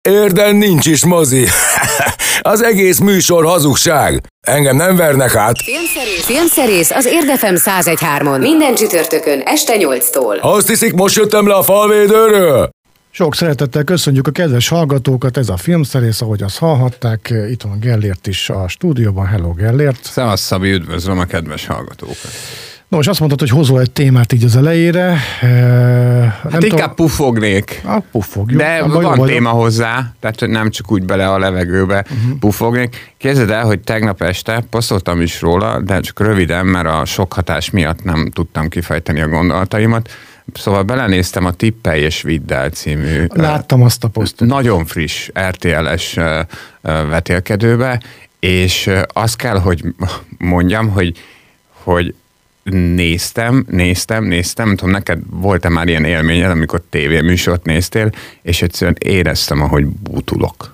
Érden nincs is mozi. Az egész műsor hazugság. Engem nem vernek át. Filmszerész az Érd FM 101.3-on. Minden csütörtökön este 8-tól. Azt hiszik, most jöttem le a falvédőről? Sok szeretettel köszönjük a kedves hallgatókat, ez a Filmszerész, ahogy azt hallhatták, itt van Gellért is a stúdióban. Hello, Gellért! Szevasz, Szabi, üdvözlöm a kedves hallgatókat! Nos, azt mondtad, hogy hozol egy témát így az elejére. Hát inkább puffognék. Puffogjuk. De van téma hozzá, tehát nem csak úgy bele a levegőbe puffognék. Képzeld el, hogy tegnap este posztoltam is róla, de csak röviden, mert a sok hatás miatt nem tudtam kifejteni a gondolataimat. Szóval belenéztem a Tippelj és Vidd el című... Láttam azt a posztot. Nagyon friss RTL-es vetélkedőbe, és azt kell, hogy mondjam, hogy néztem, nem tudom, neked volt-e már ilyen élményed, amikor tévéműsort néztél, és egyszerűen éreztem, ahogy bútulok.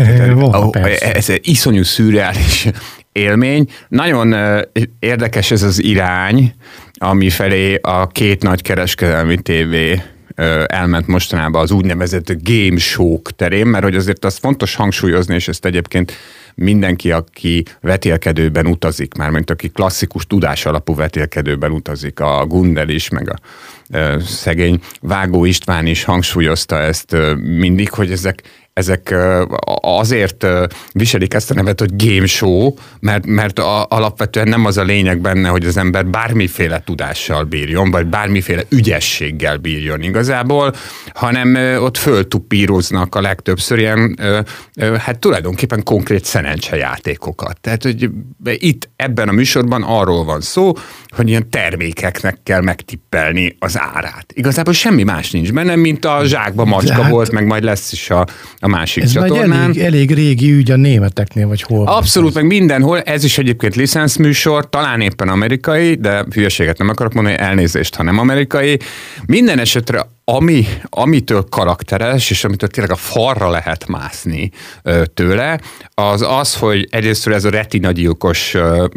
Ez egy iszonyú szürreális élmény. Nagyon érdekes ez az irány, ami felé a két nagy kereskedelmi tévé elment mostanában az úgynevezett game show-k terén, mert hogy azért azt fontos hangsúlyozni, és ezt egyébként mindenki, aki vetélkedőben utazik, mármint aki klasszikus tudás alapú vetélkedőben utazik, a Gundel is, meg a szegény Vágó István is hangsúlyozta ezt mindig, hogy ezek azért viselik ezt a nevet, hogy game show, mert alapvetően nem az a lényeg benne, hogy az ember bármiféle tudással bírjon, vagy bármiféle ügyességgel bírjon igazából, hanem ott föltupíroznak a legtöbbször ilyen, hát tulajdonképpen konkrét szerencsejátékokat. Tehát, hogy itt ebben a műsorban arról van szó, hogy ilyen termékeknek kell megtippelni az árát. Igazából semmi más nincs benne, mint a zsákba macska volt, meg majd lesz is a másik csatornán. Ez elég régi ügy a németeknél, vagy hol? Abszolút, meg mindenhol. Ez is egyébként licenszműsor, talán éppen amerikai, de hülyeséget nem akarok mondani, elnézést, ha nem amerikai. Minden esetre amitől karakteres, és amitől tényleg a falra lehet mászni tőle, az, hogy egyrésztről ez a retinagyilkos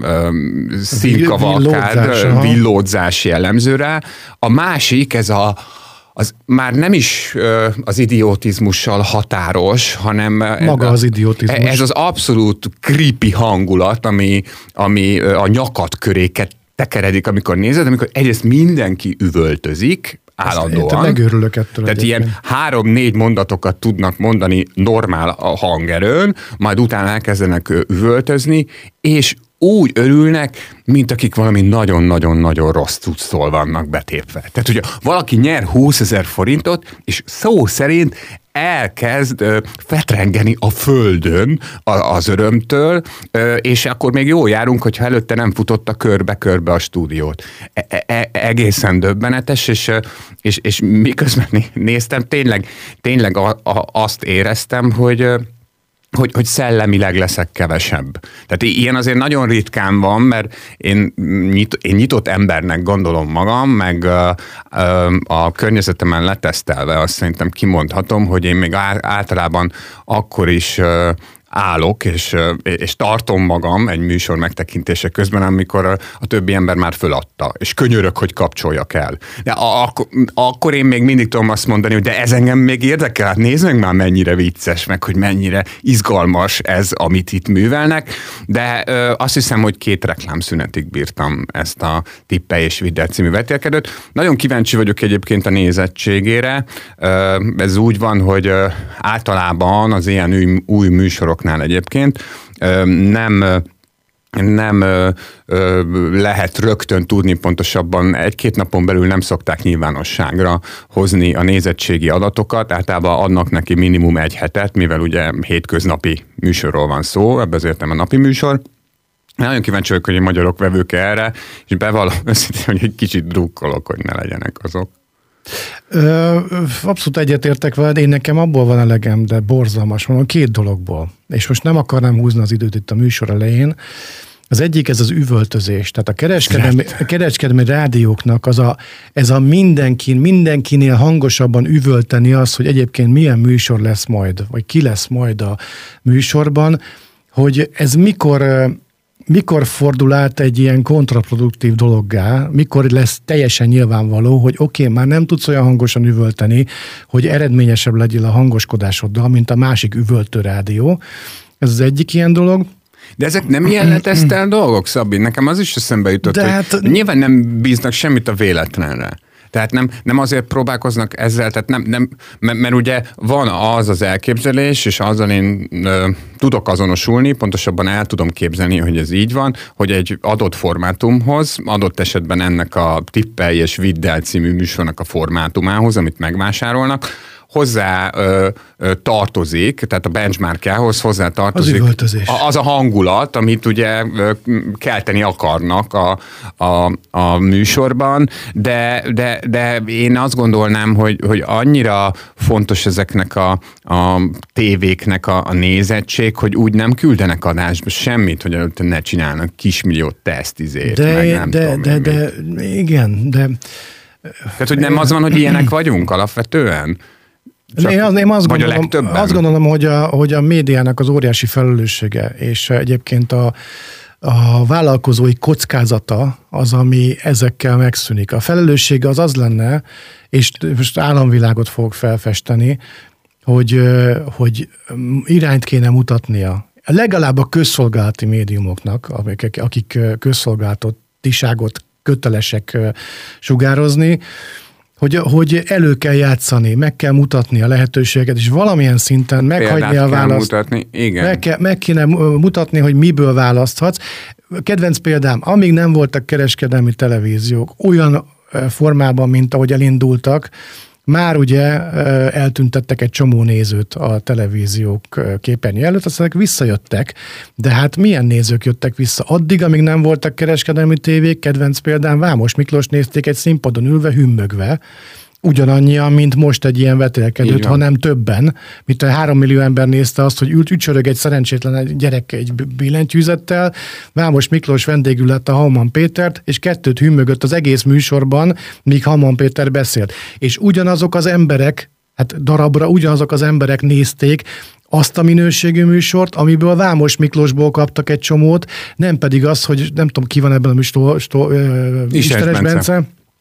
színkavalkád, villódzás jellemző rá. A másik, az már nem is az idiotizmussal határos, hanem maga az idiotizmus. Ez az abszolút creepy hangulat, ami a nyakad köréket tekeredik, amikor nézed, amikor egyrészt mindenki üvöltözik, állandóan. Megőrülök ettől. Tehát ilyen 3-4 mondatokat tudnak mondani normál a hangerőn, majd utána elkezdenek üvöltözni, és úgy örülnek, mint akik valami nagyon-nagyon-nagyon rossz cucctól vannak betépve. Tehát, hogy valaki nyer 20 000 forintot, és szó szerint elkezd fetrengeni a földön az örömtől, és akkor még jól járunk, hogyha előtte nem futotta körbe-körbe a stúdiót. Egészen döbbenetes, és miközben néztem, tényleg azt éreztem, hogy szellemileg leszek kevesebb. Tehát ilyen azért nagyon ritkán van, mert én nyitott embernek gondolom magam, meg a környezetemen letesztelve azt szerintem kimondhatom, hogy én még általában akkor is állok, és tartom magam egy műsor megtekintése közben, amikor a többi ember már föladta, és könyörök, hogy kapcsoljak el. De akkor én még mindig tudom azt mondani, hogy de ez engem még érdekel, hát nézd meg már mennyire vicces, meg hogy mennyire izgalmas ez, amit itt művelnek, de azt hiszem, hogy 2 reklámszünetig bírtam ezt a Tippelj és Vidd el című vetélkedőt. Nagyon kíváncsi vagyok egyébként a nézettségére. Ez úgy van, hogy általában az ilyen új műsoroknál egyébként nem lehet rögtön tudni, pontosabban 1-2 napon belül nem szokták nyilvánosságra hozni a nézettségi adatokat, általában adnak neki minimum 1 hetet, mivel ugye hétköznapi műsorról van szó, ebben az értelemben napi műsor. Nagyon kíváncsi vagyok, hogy a magyarok vevők erre, és bevallom őszintén, hogy egy kicsit drukkolok, hogy ne legyenek azok. Abszolút egyetértek veled, én nekem abból van elegem, de borzalmas, mondom, 2 dologból. És most nem akarnám húzni az időt itt a műsor elején. Az egyik ez az üvöltözés, tehát a kereskedelmi rádióknak ez a mindenkinél hangosabban üvölteni az, hogy egyébként milyen műsor lesz majd, vagy ki lesz majd a műsorban, hogy ez mikor mikor fordul át egy ilyen kontraproduktív dologgá, mikor lesz teljesen nyilvánvaló, hogy oké, már nem tudsz olyan hangosan üvölteni, hogy eredményesebb legyél a hangoskodásoddal, mint a másik üvöltő rádió. Ez az egyik ilyen dolog. De ezek nem ilyen letesztelt dolgok, Szabi? Nekem az is eszembe jutott, hogy nyilván nem bíznak semmit a véletlenre. Tehát nem azért próbálkoznak ezzel, tehát nem, mert ugye van az elképzelés, és azzal én tudok azonosulni, pontosabban el tudom képzelni, hogy ez így van, hogy egy adott formátumhoz, adott esetben ennek a Tippelj és Vidd el című műsornak a formátumához, amit megvásárolnak, hozzá tartozik, tehát a benchmarkjához hozzá tartozik az a hangulat, amit ugye kelteni akarnak a műsorban, de én azt gondolnám, hogy annyira fontos ezeknek a tévéknek a nézettség, hogy úgy nem küldenek adásba semmit, hogy előtte ne csinálnak kismillió tesztizét, meg nem tudom. Igen, de... Tehát, hogy nem az van, hogy ilyenek vagyunk alapvetően? Én azt gondolom, hogy a médiának az óriási felelőssége, és egyébként a vállalkozói kockázata az, ami ezekkel megszűnik. A felelősség az lenne, és most államvilágot fogok felfesteni, hogy irányt kéne mutatnia. Legalább a közszolgálati médiumoknak, akik közszolgálatiságot kötelesek sugározni, hogy elő kell játszani, meg kell mutatni a lehetőséget, és valamilyen szinten meghagyni a választ. Mutatni. Igen. Meg kéne mutatni, hogy miből választhatsz. Kedvenc példám, amíg nem voltak kereskedelmi televíziók olyan formában, mint ahogy elindultak, már ugye eltüntettek egy csomó nézőt a televíziók képernyő előtt, aztán visszajöttek, de hát milyen nézők jöttek vissza? Addig, amíg nem voltak kereskedelmi tévék, kedvenc példán Vámos Miklós nézték egy színpadon ülve, hümmögve, ugyanannyian, mint most egy ilyen vetélkedőt, ha nem többen, mint a 3 millió ember nézte azt, hogy ücsörög egy szerencsétlen gyerek egy billentyűzettel, Vámos Miklós vendégül lett a Hauman Pétert, és 2 hümmögött az egész műsorban, míg Hauman Péter beszélt. És ugyanazok az emberek, hát darabra ugyanazok az emberek nézték azt a minőségű műsort, amiből Vámos Miklósból kaptak egy csomót, nem pedig az, hogy nem tudom, ki van ebben a műsorban, Istenes Bence.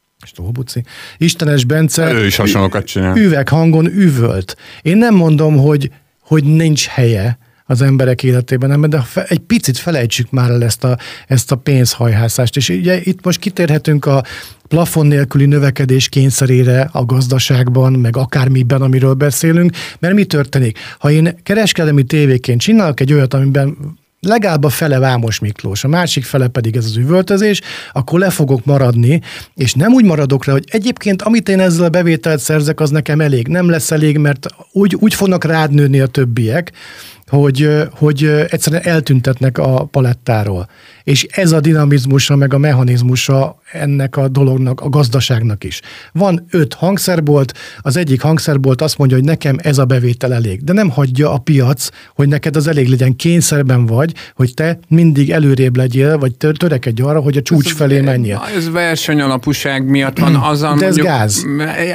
Istenes Bence ő is hasonlókat csinál. Üveghangon üvölt. Én nem mondom, hogy nincs helye az emberek életében, de egy picit felejtsük már el ezt a pénzhajhászást. És ugye itt most kitérhetünk a plafon nélküli növekedés kényszerére a gazdaságban, meg akármiben, amiről beszélünk, mert mi történik? Ha én kereskedelmi tévéként csinálok egy olyat, amiben legalább a fele Vámos Miklós, a másik fele pedig ez az üvöltözés, akkor le fogok maradni, és nem úgy maradok rá, hogy egyébként amit én ezzel a bevételt szerzek, az nekem elég. Nem lesz elég, mert úgy fognak rád nőni a többiek, hogy egyszerűen eltüntetnek a palettáról. És ez a dinamizmusa, meg a mechanizmusa ennek a dolognak, a gazdaságnak is. Van 5 hangszerbolt, az egyik hangszerbolt azt mondja, hogy nekem ez a bevétel elég, de nem hagyja a piac, hogy neked az elég legyen, kényszerben vagy, hogy te mindig előrébb legyél, vagy törekedj arra, hogy a csúcs felé menjél. Ez versenyalapúság miatt van. Azzal de ez mondjuk, gáz.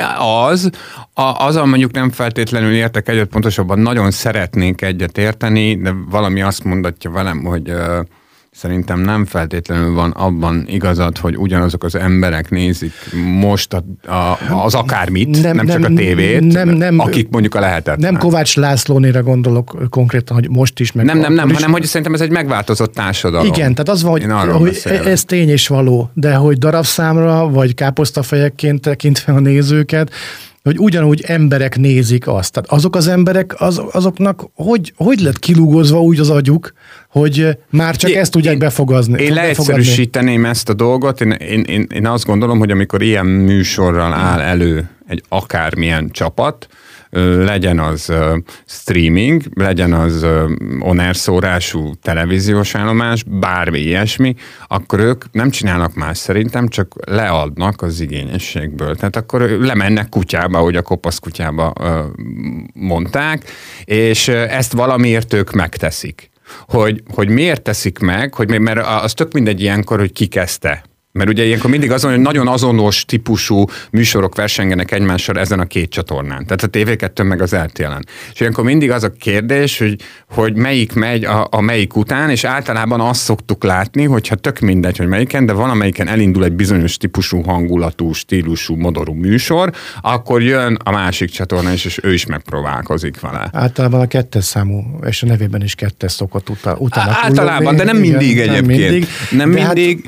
Azzal mondjuk nem feltétlenül értek egyet, pontosabban nagyon szeretnénk egyet érteni, de valami azt mondatja velem, hogy szerintem nem feltétlenül van abban igazad, hogy ugyanazok az emberek nézik most az akármit, nem csak a tévét, akik mondjuk a lehetetlen. Nem Kovács Lászlónéra gondolok konkrétan, hogy most is. Meg nem, hanem hogy szerintem ez egy megváltozott társadalom. Igen, tehát az van, hogy ez tény és való, de hogy darabszámra, vagy káposztafejekként tekintve a nézőket, hogy ugyanúgy emberek nézik azt. Tehát azok az emberek, azoknak hogy lett kilúgozva úgy az agyuk, hogy már csak ezt tudják befogadni. Én leegyszerűsíteném ezt a dolgot. Én azt gondolom, hogy amikor ilyen műsorral áll elő egy akármilyen csapat, legyen az streaming, legyen az on-air szórású televíziós állomás, bármi ilyesmi, akkor ők nem csinálnak más szerintem, csak leadnak az igényességből. Tehát akkor lemennek kutyába, ahogy a kopasz kutyába mondták, és ezt valamiért ők megteszik. Hogy miért teszik meg, mert az tök mindegy ilyenkor, hogy ki kezdte Mert ugye ilyenkor mindig azon, hogy nagyon azonos típusú műsorok versengenek egymással ezen a két csatornán. Tehát a TV2 meg az RTL-en. És ilyenkor mindig az a kérdés, hogy melyik megy a melyik után, és általában azt szoktuk látni, hogyha tök mindegy, hogy melyiken, de valamelyiken elindul egy bizonyos típusú hangulatú, stílusú, modorú műsor, akkor jön a másik csatorna is, és ő is megpróbálkozik vele. Általában a 2. számú, és a nevében is 2 szokott utána. Általában, de nem mindig egyébként. Nem mindig.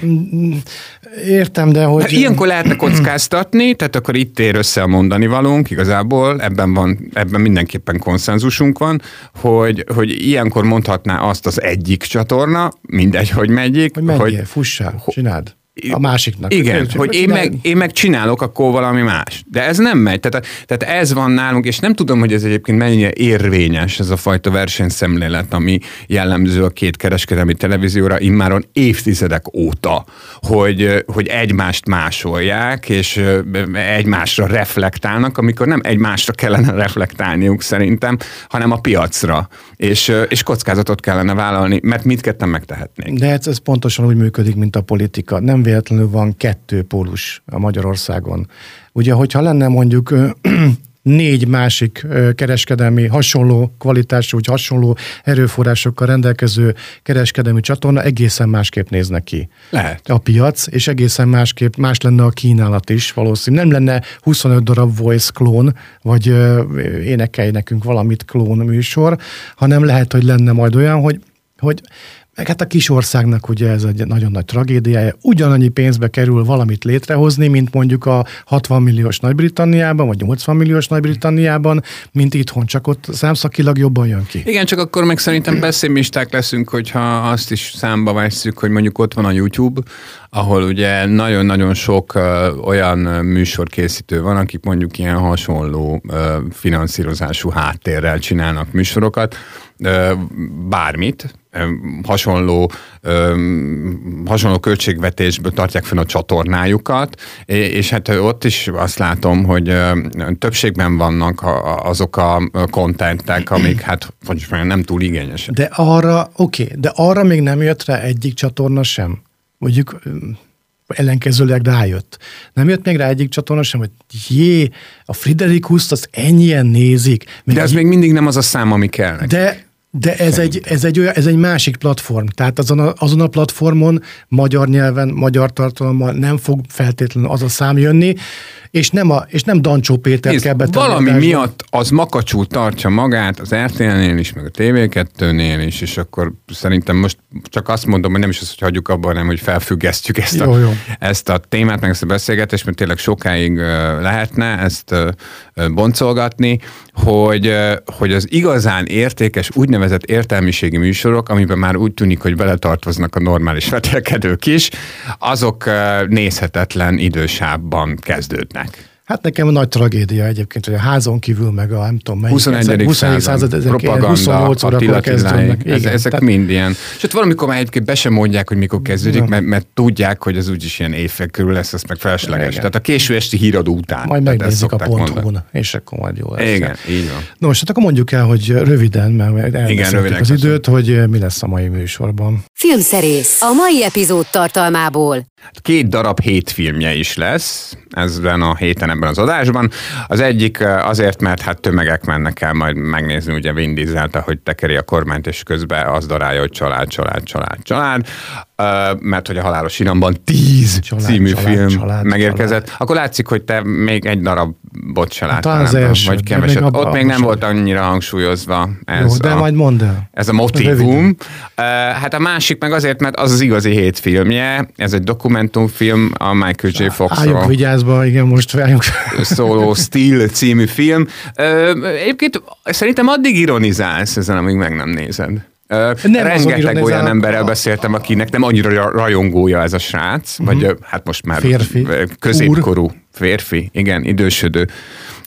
Értem, de hogy... Ilyenkor lehetne kockáztatni, tehát akkor itt ér össze a mondani valónk, igazából ebben mindenképpen konszenzusunk van, hogy ilyenkor mondhatná azt az egyik csatorna, mindegy, hogy megyik. Hogy menjél, fussál, csináld. A másiknak. Igen, hogy én meg csinálok akkor valami más. De ez nem megy. Tehát ez van nálunk, és nem tudom, hogy ez egyébként mennyire érvényes, ez a fajta versenyszemlélet, ami jellemző a két kereskedelmi televízióra immáron évtizedek óta, hogy egymást másolják, és egymásra reflektálnak, amikor nem egymásra kellene reflektálniuk szerintem, hanem a piacra. És kockázatot kellene vállalni, mert mindketten megtehetnénk. De ez pontosan úgy működik, mint a politika. Nem véletlenül van 2 pólus a Magyarországon. Ugye, hogyha lenne mondjuk 4 másik kereskedelmi hasonló kvalitású, vagy hasonló erőforrásokkal rendelkező kereskedelmi csatorna, egészen másképp néznek ki. Lehet. A piac, és egészen más lenne a kínálat is valószínűleg. Nem lenne 25 darab voice klón, vagy énekelj nekünk valamit klón műsor, hanem lehet, hogy lenne majd olyan, hogy meg hát a kis országnak ugye ez egy nagyon nagy tragédiája. Ugyanannyi pénzbe kerül valamit létrehozni, mint mondjuk a 60 milliós Nagy-Britanniában, vagy 80 milliós Nagy-Britanniában, mint itthon, csak ott számszakilag jobban jön ki. Igen, csak akkor meg szerintem pessimisták leszünk, hogyha azt is számba vesszük, hogy mondjuk ott van a YouTube, ahol ugye nagyon-nagyon sok olyan műsorkészítő van, akik mondjuk ilyen hasonló finanszírozású háttérrel csinálnak műsorokat, bármit, hasonló költségvetésből tartják fenn a csatornájukat, és hát ott is azt látom, hogy többségben vannak azok a kontentek, amik hát nem túl igényesek. De arra még nem jött rá egyik csatorna sem. Mondjuk ellenkezőleg rájött. Nem jött még rá egyik csatorna sem, hogy a Friderikuszt azt ennyien nézik. De ez még mindig nem az a szám, ami kell neki. De ez egy másik platform. Tehát azon a platformon magyar nyelven, magyar tartalommal nem fog feltétlenül az a szám jönni, és nem Dancsó Péter kell betenni. Valami miatt az makacsul tartja magát az RTL-nél is, meg a TV2-nél is, és akkor szerintem most csak azt mondom, hogy nem is az, hogy hagyjuk abban, hanem hogy felfüggesztjük ezt a témát, meg ezt a beszélgetést, mert tényleg sokáig lehetne ezt boncolgatni, hogy az igazán értékes, úgynevezett értelmiségi műsorok, amiben már úgy tűnik, hogy beletartoznak a normális vetélkedők is, azok nézhetetlen idősávban kezdődnek. Hát nekem nagy tragédia egyébként, hogy a házon kívül meg a nem tudom melyik. 21. század, propaganda, 28 órakor kezdődnek. Ezek mind ilyen. És ott valamikor már egyébként be sem mondják, hogy mikor kezdődik, mert tudják, hogy az úgyis ilyen évfél körül lesz, az meg felesleges. Igen. Tehát a késő esti híradó után. Majd megnézzük a .hu-n, és akkor majd jó lesz. Igen, így van. Nos, hát akkor mondjuk el, hogy röviden, mert elbeszéltük az időt, hogy mi lesz a mai műsorban. Filmszerész. A mai epizód tartalmából. 2 darab hétfilmje is lesz ezen a héten ebben az adásban. Az egyik azért, mert hát tömegek mennek el majd megnézni ugye Vin Dieselt, ahogy tekeri a kormányt, és közben az darálja, hogy család. Mert hogy a Halálos Iramban 10 című film megérkezett. Akkor látszik, hogy te még egy darabot se láttál. Vagy keveset. Ott még nem volt annyira hangsúlyozva ez. Jó, de majd mondd el. Ez a motívum. Hát a másik meg azért, mert az az igazi hétfilmje. Ez egy dokumentumfilm a Michael J. Foxról. Álljunk vigyázba, igen, most várjunk. Szóló Steel című film. Egyébként szerintem addig ironizálsz ezen, amíg meg nem nézed. Rengeteg olyan emberrel beszéltem, akinek nem annyira rajongója ez a srác, vagy hát most már férfi. Középkorú férfi, igen, idősödő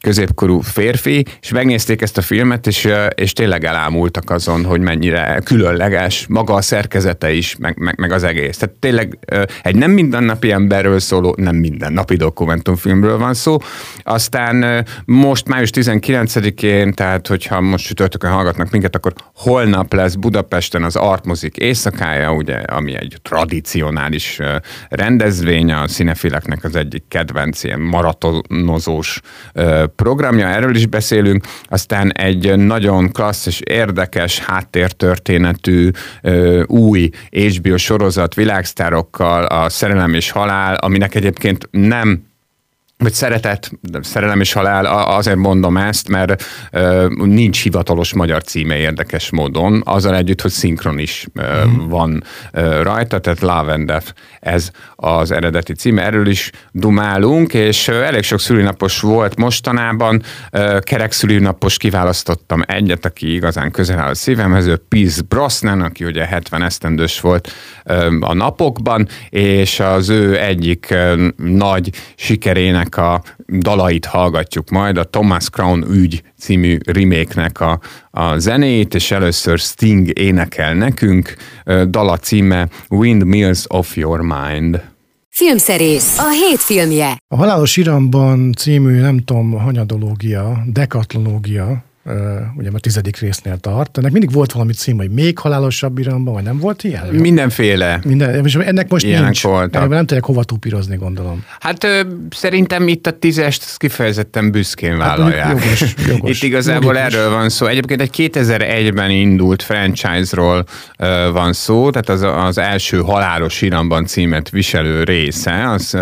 középkorú férfi, és megnézték ezt a filmet, és tényleg elámultak azon, hogy mennyire különleges maga a szerkezete is, meg az egész. Tehát tényleg egy nem mindennapi emberről szóló, nem mindennapi dokumentumfilmről van szó. Aztán most május 19-én, tehát hogyha most csütörtökön hallgatnak minket, akkor holnap lesz Budapesten az Artmozik éjszakája, ugye, ami egy tradicionális rendezvény, a cinefileknek az egyik kedvenc ilyen maratonozós programja, erről is beszélünk. Aztán egy nagyon klassz és érdekes háttértörténetű új HBO sorozat világsztárokkal, a Szerelem és halál, aminek egyébként nem vagy Szerelem és halál, azért mondom ezt, mert nincs hivatalos magyar címe érdekes módon, azzal együtt, hogy szinkron is van rajta, tehát Love and Death, ez az eredeti címe, erről is dumálunk, és elég sok szülinapos volt mostanában, kerek szülinapos kiválasztottam egyet, aki igazán közel áll a szívemhez, ő Pierce Brosnan, aki ugye 70 esztendős volt a napokban, és az ő egyik nagy sikerének a dalait hallgatjuk majd, a Thomas Crown ügy című remake-nek a zenét, és először Sting énekel nekünk, dala címe Windmills of Your Mind. Filmszerész, a hét filmje. A Halálos Iramban című, nem tudom, hanyadológia, dekatlonológia, ugye már 10. résznél tart. Ennek mindig volt valami cím, hogy még halálosabb iramban, vagy nem volt ilyen? Mindenféle. És ennek most nincs. Voltak. Nem tudják hova túpírozni, gondolom. Hát szerintem itt a 10-est kifejezetten büszkén vállalják. Hát, jogos. Itt igazából erről van szó. Egyébként egy 2001-ben indult franchise-ról van szó, tehát az első Halálos Iramban címet viselő része, az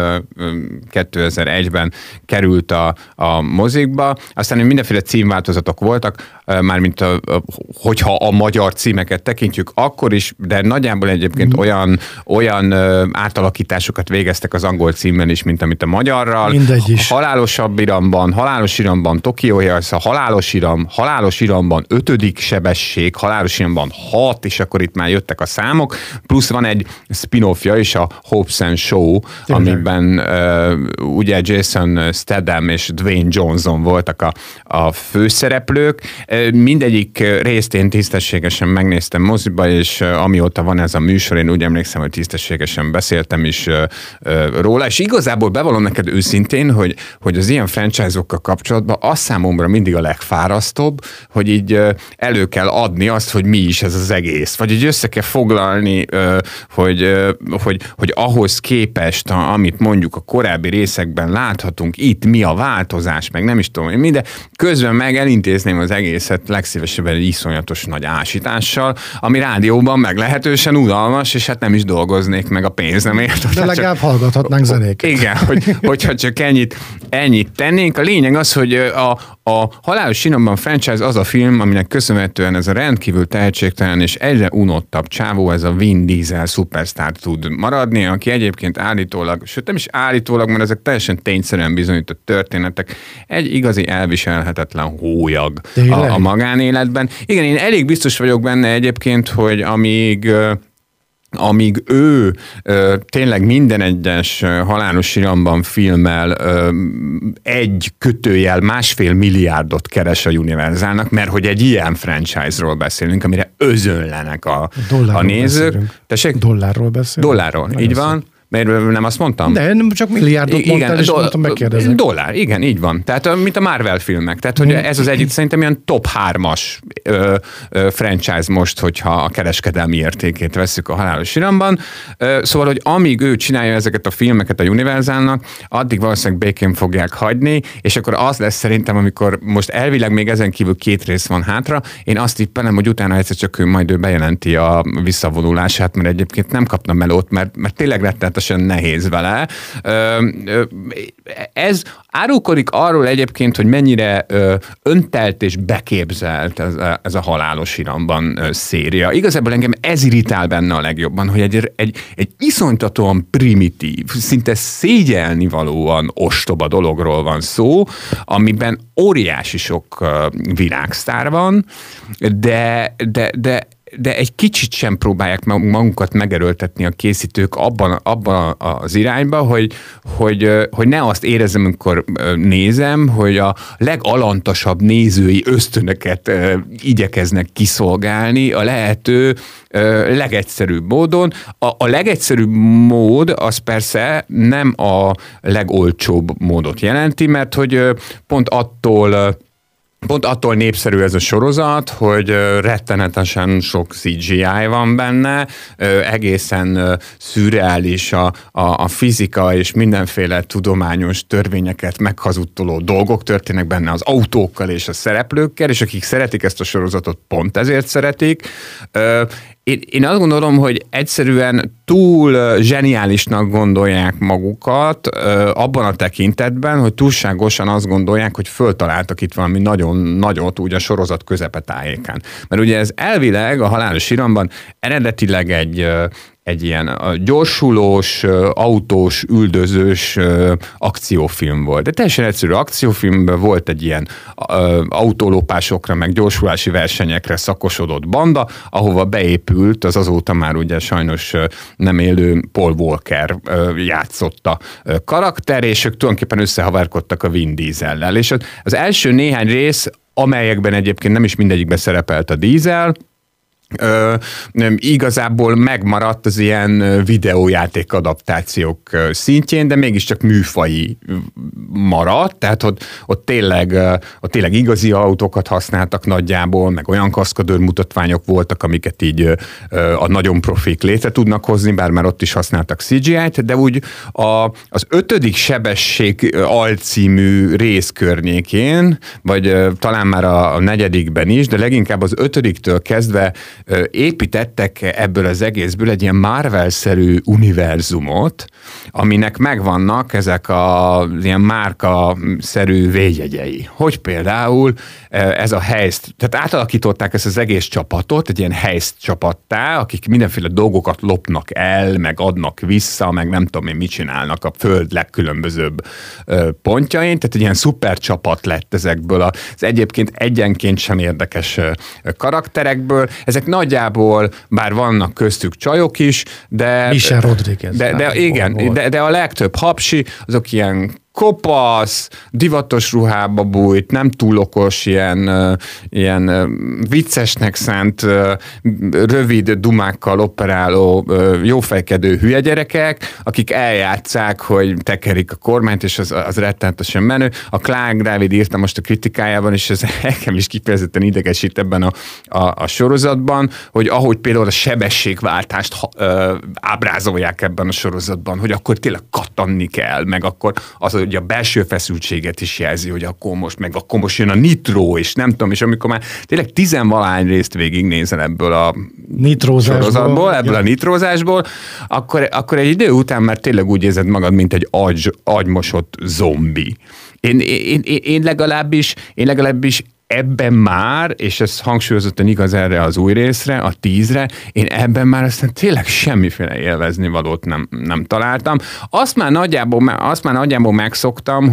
2001-ben került a mozikba. Aztán mindenféle címváltozatok voltak, mármint hogyha a magyar címeket tekintjük, akkor is, de nagyjából egyébként olyan átalakításokat végeztek az angol címben is, mint amit a magyarral. Mindegy is. Halálos Iramban Tokyo Hearts, a Halálos Iramban 5. sebesség, Halálos Iramban 6, és akkor itt már jöttek a számok, plusz van egy spin-offja is, a Hobbs and Shaw, amiben ugye Jason Statham és Dwayne Johnson voltak a főszereplők. Mindegyik részt én tisztességesen megnéztem moziba, és amióta van ez a műsor, én úgy emlékszem, hogy tisztességesen beszéltem is róla, és igazából bevallom neked őszintén, hogy az ilyen franchise-okkal kapcsolatban az számomra mindig a legfárasztóbb, hogy így elő kell adni azt, hogy mi is ez az egész, vagy így össze kell foglalni, hogy ahhoz képest, amit mondjuk a korábbi részekben láthatunk, itt mi a változás, meg nem is tudom, mi, de közben meg elintézném az egészet legszívesebben egy iszonyatos nagy ásítással, ami rádióban meglehetősen unalmas, és hát nem is dolgoznék meg a pénzemért. De legalább hallgathatnánk zenéket. Igen, hogyha csak ennyit tennénk. A lényeg az, hogy a Halálos Iramban franchise az a film, aminek köszönhetően ez a rendkívül tehetségtelen és egyre unottabb csávó, ez a Vin Diesel szupersztár tud maradni, aki egyébként állítólag, sőt nem is állítólag, mert ezek teljesen tényszerűen bizonyított történetek, egy igazi elviselhetetlen hólyag a magánéletben. Igen, én elég biztos vagyok benne egyébként, hogy amíg ő tényleg minden egyes Halálos Iramban filmmel 1,5 milliárdot keres a Universalnak, mert hogy egy ilyen franchise-ról beszélünk, amire özönlenek a nézők. Tessék? Dollárról beszélünk. Dollárról, így van. Mert nem azt mondtam? De nem csak milliárdot mondtál, és mondtam, megkérdezek. Dollár, igen, így van. Tehát mint a Marvel filmek. Tehát hogy ez az egyik szerintem ilyen top 3-as franchise most, hogyha a kereskedelmi értékét vesszük a Halálos Iramban. Szóval, hogy amíg ő csinálja ezeket a filmeket a Universalnak, addig valószínűleg békén fogják hagyni, és akkor az lesz szerintem, amikor most elvileg még ezen kívül 2 rész van hátra, én azt tippelem, hogy utána egyszer csak ő bejelenti a visszavonulását, mert egyébként nem kapna melót, mert tényleg rettenetesen nehéz vele. Ez árulkodik arról egyébként, hogy mennyire öntelt és beképzelt ez a Halálos Iramban széria. Igazából engem ez irritál benne a legjobban, hogy egy iszonytatóan primitív, szinte szégyelnivalóan ostoba dologról van szó, amiben óriási sok világsztár van, de de egy kicsit sem próbálják magunkat megerőltetni a készítők abban az irányba, hogy ne azt érezzem, amikor nézem, hogy a legalantasabb nézői ösztönöket igyekeznek kiszolgálni a lehető legegyszerűbb módon. A legegyszerűbb mód az persze nem a legolcsóbb módot jelenti, mert hogy pont attól népszerű ez a sorozat, hogy rettenetesen sok CGI van benne, egészen szürreális a fizika és mindenféle tudományos törvényeket meghazudtoló dolgok történnek benne az autókkal és a szereplőkkel, és akik szeretik ezt a sorozatot, pont ezért szeretik. Én azt gondolom, hogy egyszerűen túl zseniálisnak gondolják magukat abban a tekintetben, hogy túlságosan azt gondolják, hogy föltaláltak itt valami nagyon nagyot úgy a sorozat közepetájékán. Mert ugye ez elvileg a Halálos Iramban eredetileg egy ilyen gyorsulós, autós, üldözős akciófilm volt. De teljesen egyszerű akciófilmben volt egy ilyen autólopásokra, meg gyorsulási versenyekre szakosodott banda, ahova beépült az azóta már ugye sajnos nem élő Paul Walker játszotta karakter, és ők tulajdonképpen összehaverkodtak a Vin Diesellel. És az első néhány rész, amelyekben egyébként nem is mindegyikben szerepelt a Diesel, igazából megmaradt az ilyen videójáték adaptációk szintjén, de mégiscsak műfaji maradt, tehát ott tényleg igazi autókat használtak nagyjából, meg olyan kaszkadőr mutatványok voltak, amiket így a nagyon profik létre tudnak hozni, bár már ott is használtak CGI-t, de úgy az 5. sebesség alcímű rész környékén, vagy talán már a 4. is, de leginkább az 5-től kezdve építettek ebből az egészből egy ilyen Marvel-szerű univerzumot, aminek megvannak ezek az ilyen márka-szerű védjegyei. Hogy például ez a heist, tehát átalakították ezt az egész csapatot, egy ilyen heist csapattá, akik mindenféle dolgokat lopnak el, meg adnak vissza, meg nem tudom én mit csinálnak a föld legkülönbözőbb pontjain, tehát egy ilyen szuper csapat lett ezekből az egyébként egyenként sem érdekes karakterekből. Ezek nagyjából, bár vannak köztük csajok is, de... Michelle Rodriguez. De a legtöbb hapsi, azok ilyen kopasz, divatos ruhába bújt, nem túl okos, ilyen viccesnek szánt, rövid dumákkal operáló, jófejkedő hülye gyerekek, akik eljátszák, hogy tekerik a kormányt, és az rettenetesen menő. A Clark David írta most a kritikájában, és ez nekem is kifejezetten idegesít ebben a sorozatban, hogy ahogy például a sebességváltást ábrázolják ebben a sorozatban, hogy akkor tényleg kattanni kell, meg akkor az, hogy a belső feszültséget is jelzi, hogy akkor most jön a nitró, és nem tudom, és amikor már tényleg 10-valahány részt végignézel ebből a sorozatból, ebből a nitrózásból, akkor egy idő után már tényleg úgy érzed magad, mint egy agymosott zombi. Én legalábbis ebben már, és ez hangsúlyozottan igaz erre az új részre, a 10-re, én ebben már aztán tényleg semmiféle élvezni valót nem találtam. Azt már nagyjából megszoktam,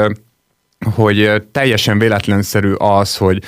hogy teljesen véletlenszerű az, hogy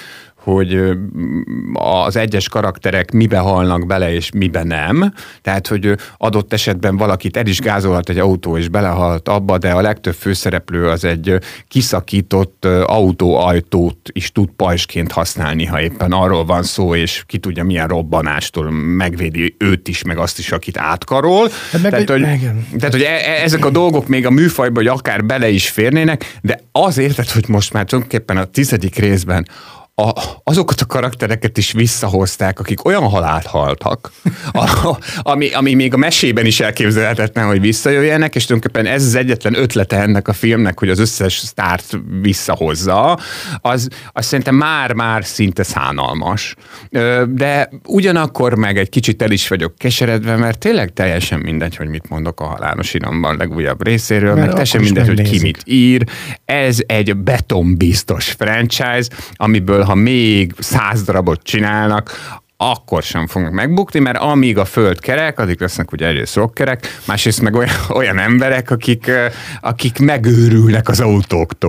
az egyes karakterek mibe halnak bele, és mibe nem. Tehát, hogy adott esetben valakit el is gázolhat egy autó, és belehalt abba, de a legtöbb főszereplő az egy kiszakított autóajtót is tud pajzsként használni, ha éppen arról van szó, és ki tudja milyen robbanástól megvédi őt is, meg azt is, akit átkarol. Tehát, hogy ezek a dolgok még a műfajban, hogy akár bele is férnének, de azért, hogy most már tulajdonképpen a 10. részben azokat a karaktereket is visszahozták, akik olyan halált haltak, ami még a mesében is elképzelhetetlen, hogy visszajöjjenek, és tulajdonképpen ez az egyetlen ötlete ennek a filmnek, hogy az összes sztárt visszahozza, az szerintem már szinte szánalmas. De ugyanakkor meg egy kicsit el is vagyok keseredve, mert tényleg teljesen mindegy, hogy mit mondok a Halálos Iramban legújabb részéről, meg teljesen mindegy, hogy ki mit ír. Ez egy betonbiztos franchise, amiből ha még 100 darabot csinálnak, akkor sem fognak megbukni, mert amíg a föld kerek, addig lesznek ugye egyrészt rockerek, másrészt meg olyan emberek, akik megőrülnek az autóktól.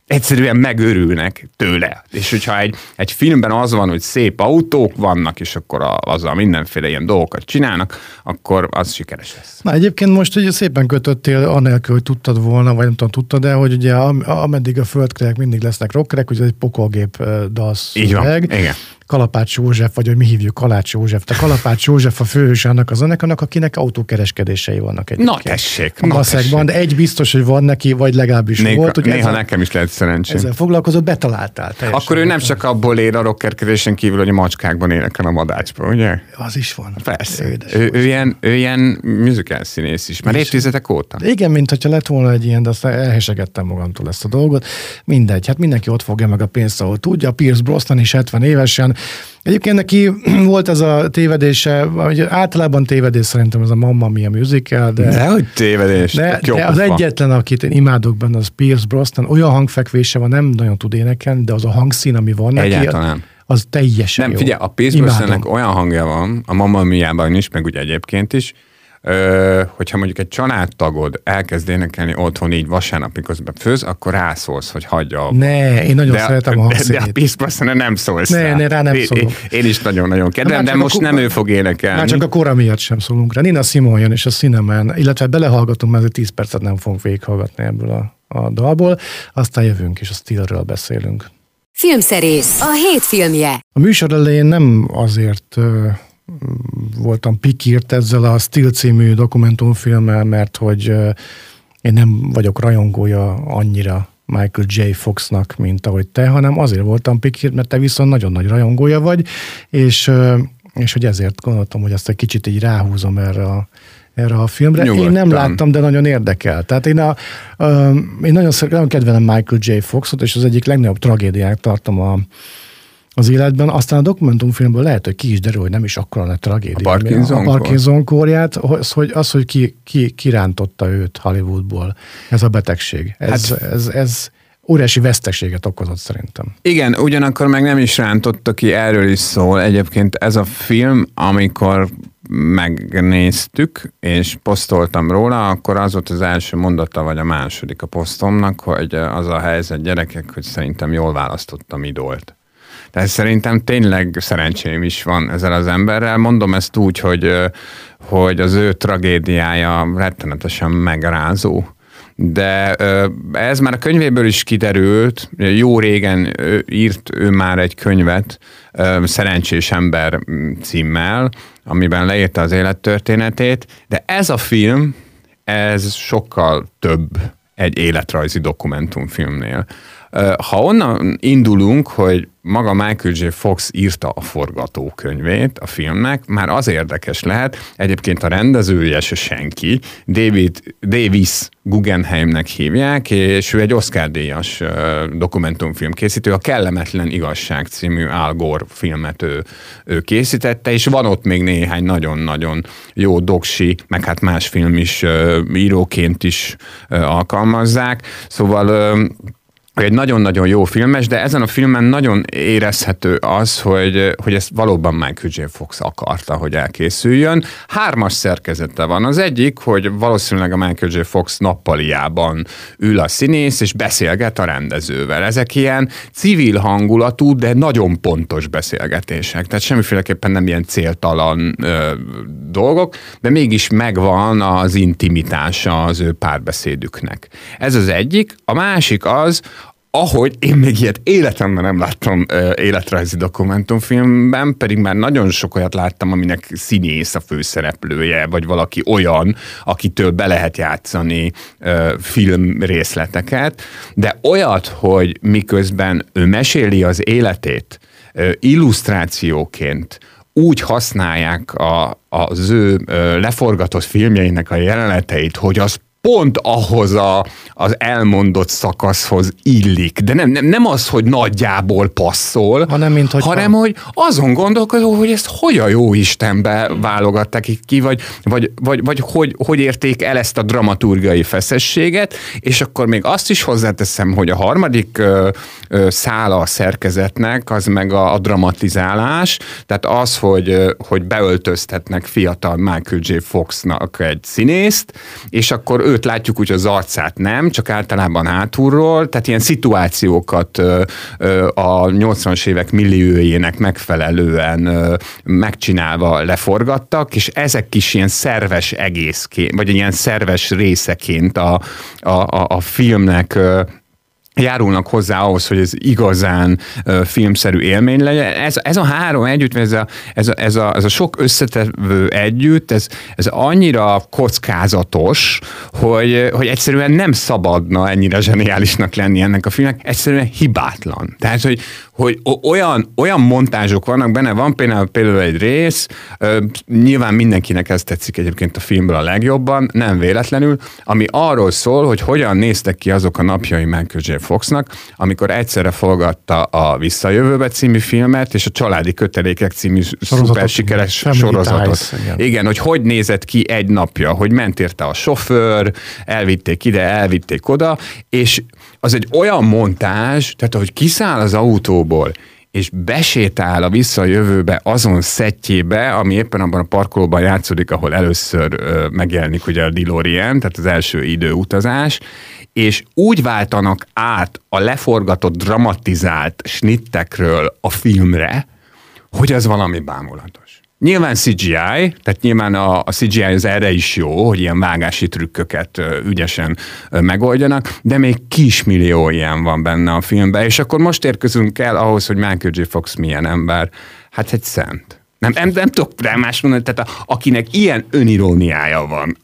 Egyszerűen megörülnek tőle. És hogyha egy filmben az van, hogy szép autók vannak, és akkor azzal mindenféle ilyen dolgokat csinálnak, akkor az sikeres lesz. Na egyébként most ugye szépen kötöttél, anélkül, hogy tudtad volna, vagy nem tudom, tudtad, de hogy ugye ameddig a földkerek mindig lesznek rockerek, ugye egy pokolgép dalszöveg. Így van, igen. Kalapács József, vagy hogy mi hívjuk Kalács József. De Kalapács József a főhős annak a zenekarnak, akinek autókereskedései vannak egyébként. Na tessék, de egy biztos, hogy van neki, vagy legalábbis volt. Ugye néha nekem is lehet szerencsém. Ezzel foglalkozott, betaláltál. Akkor ő nem csak abból él a rockerkedésen kívül, hogy a macskákban énekel a madácsban, ugye? Az is van. Persze. Ő ilyen musical színész is, már évtizedek óta. Igen, mint hogyha lett volna egy ilyen, de aztán elhesegettem magamtól ezt a dolgot. Mindegy, hát mindenki ott fogja meg a pénzt, ahol tudja. Pierce Brosnan is 70 évesen. Egyébként neki volt ez a tévedése, vagy általában tévedés szerintem ez a Mamma Mia musical, de... Dehogy tévedés. De az egyetlen, akit én imádok benne, az Pierce Brosnan. Olyan hangfekvése van, nem nagyon tud énekelni, de az a hangszín, ami van neki, egyáltalán. Az teljesen nem, jó. Figyelj, a Pierce Brosnannek olyan hangja van, a Mamma Mia-ban is, meg ugye egyébként is, hogyha mondjuk egy családtagod elkezd énekelni otthon így vasárnap, miközben főz, akkor rászólsz, hogy hagyja. Én nagyon szeretem a hangszínét. De a Pierce Brosnan nem szólsz rá nem szólok. Én is nagyon-nagyon kedvem, de most nem ő fog énekelni. Már csak a kora miatt sem szólunk rá. Nina Simone jön és a Cinnamon, illetve belehallgatunk, mert 10 percet nem fogunk végighallgatni ebből a dalból, aztán jövünk és a Stillről beszélünk. Filmszerész, a hét filmje. A műsor elején nem azért voltam pikírt ezzel a Still című dokumentumfilmmel, mert hogy én nem vagyok rajongója annyira Michael J. Foxnak, mint ahogy te, hanem azért voltam pikírt, mert te viszont nagyon nagy rajongója vagy, és hogy ezért gondoltam, hogy ezt egy kicsit így ráhúzom erre a filmre. Nyugodtan. Én nem láttam, de nagyon érdekel. Tehát én nagyon kedvelem Michael J. Foxot, és az egyik legnagyobb tragédiának tartom az életben. Aztán a dokumentumfilmből lehet, hogy ki is derül, hogy nem is akkora nagy tragédia. A Parkinson-kórját, hogy ki kirántotta őt Hollywoodból. Ez a betegség. Ez óriási veszteséget okozott szerintem. Igen, ugyanakkor meg nem is rántotta ki, erről is szól. Egyébként ez a film, amikor megnéztük, és posztoltam róla, akkor az volt az első mondata, vagy a második a posztomnak, hogy az a helyzet, gyerekek, hogy szerintem jól választottam idolt. Tehát szerintem tényleg szerencsém is van ezzel az emberrel. Mondom ezt úgy, hogy az ő tragédiája rettenetesen megrázó. De ez már a könyvéből is kiderült, jó régen írt ő már egy könyvet, Szerencsés ember címmel, amiben leírta az élettörténetét, de ez a film, ez sokkal több egy életrajzi dokumentumfilmnél. Ha onnan indulunk, hogy maga Michael J. Fox írta a forgatókönyvét a filmnek, már az érdekes lehet, egyébként a rendezője se senki, Davis Guggenheimnek hívják, és ő egy Oscar-díjas dokumentumfilm készítő, a Kellemetlen igazság című Al Gore filmet ő készítette, és van ott még néhány nagyon-nagyon jó doksi, meg hát más film is íróként is alkalmazzák, szóval egy nagyon-nagyon jó filmes, de ezen a filmen nagyon érezhető az, hogy ezt valóban Michael J. Fox akarta, hogy elkészüljön. 3 szerkezete van. Az egyik, hogy valószínűleg a Michael J. Fox nappaliában ül a színész, és beszélget a rendezővel. Ezek ilyen civil hangulatú, de nagyon pontos beszélgetések. Tehát semmiféleképpen nem ilyen céltalan dolgok, de mégis megvan az intimitása az ő párbeszédüknek. Ez az egyik. A másik az, ahogy én még ilyet életemben nem láttam életrajzi dokumentumfilmben, pedig már nagyon sok olyat láttam, aminek színész a főszereplője, vagy valaki olyan, akitől be lehet játszani filmrészleteket, de olyat, hogy miközben ő meséli az életét illusztrációként, úgy használják az ő leforgatott filmjeinek a jeleneteit, hogy az pont ahhoz az elmondott szakaszhoz illik. De nem az, hogy nagyjából passzol, hanem hogy azon gondolkodó, hogy ezt hogy a jó Istenbe válogatták ki, vagy hogy érték el ezt a dramaturgiai feszességet, és akkor még azt is hozzáteszem, hogy a harmadik szála a szerkezetnek, az meg a dramatizálás, tehát az, hogy beöltöztetnek fiatal Michael J. Foxnak egy színészt, és akkor ő előtt látjuk úgy az arcát, nem, csak általában hátulról, tehát ilyen szituációkat a 80-as évek milliójének megfelelően megcsinálva leforgattak, és ezek is ilyen szerves egészként, vagy ilyen szerves részeként a filmnek járulnak hozzá ahhoz, hogy ez igazán filmszerű élmény legyen. Ez a három együtt, ez a sok összetevő együtt, ez annyira kockázatos, hogy egyszerűen nem szabadna ennyire zseniálisnak lenni ennek a filmnek, egyszerűen hibátlan. Tehát, hogy olyan montázsok vannak benne, van például egy rész, nyilván mindenkinek ez tetszik egyébként a filmből a legjobban, nem véletlenül, ami arról szól, hogy hogyan néztek ki azok a napjai Michael J. Foxnak, amikor egyszerre forgatta a Visszajövőbe című filmet, és a Családi kötelékek című szuper sikeres sorozatot. Igen, hogy nézett ki egy napja, hogy ment érte a sofőr, elvitték ide, elvitték oda, és az egy olyan montázs, tehát ahogy kiszáll az autóból, és besétál a Visszajövőbe azon szettjébe, ami éppen abban a parkolóban játszódik, ahol először megjelenik ugye a DeLorean, tehát az első időutazás, és úgy váltanak át a leforgatott, dramatizált snittekről a filmre, hogy az valami bámulatos. Nyilván CGI, tehát nyilván a CGI az erre is jó, hogy ilyen vágási trükköket ügyesen megoldjanak, de még kismillió ilyen van benne a filmben, és akkor most érkezünk el ahhoz, hogy Michael J. Fox milyen ember. Hát egy szent. Nem tudok rá más mondani, tehát akinek ilyen öniróniája van,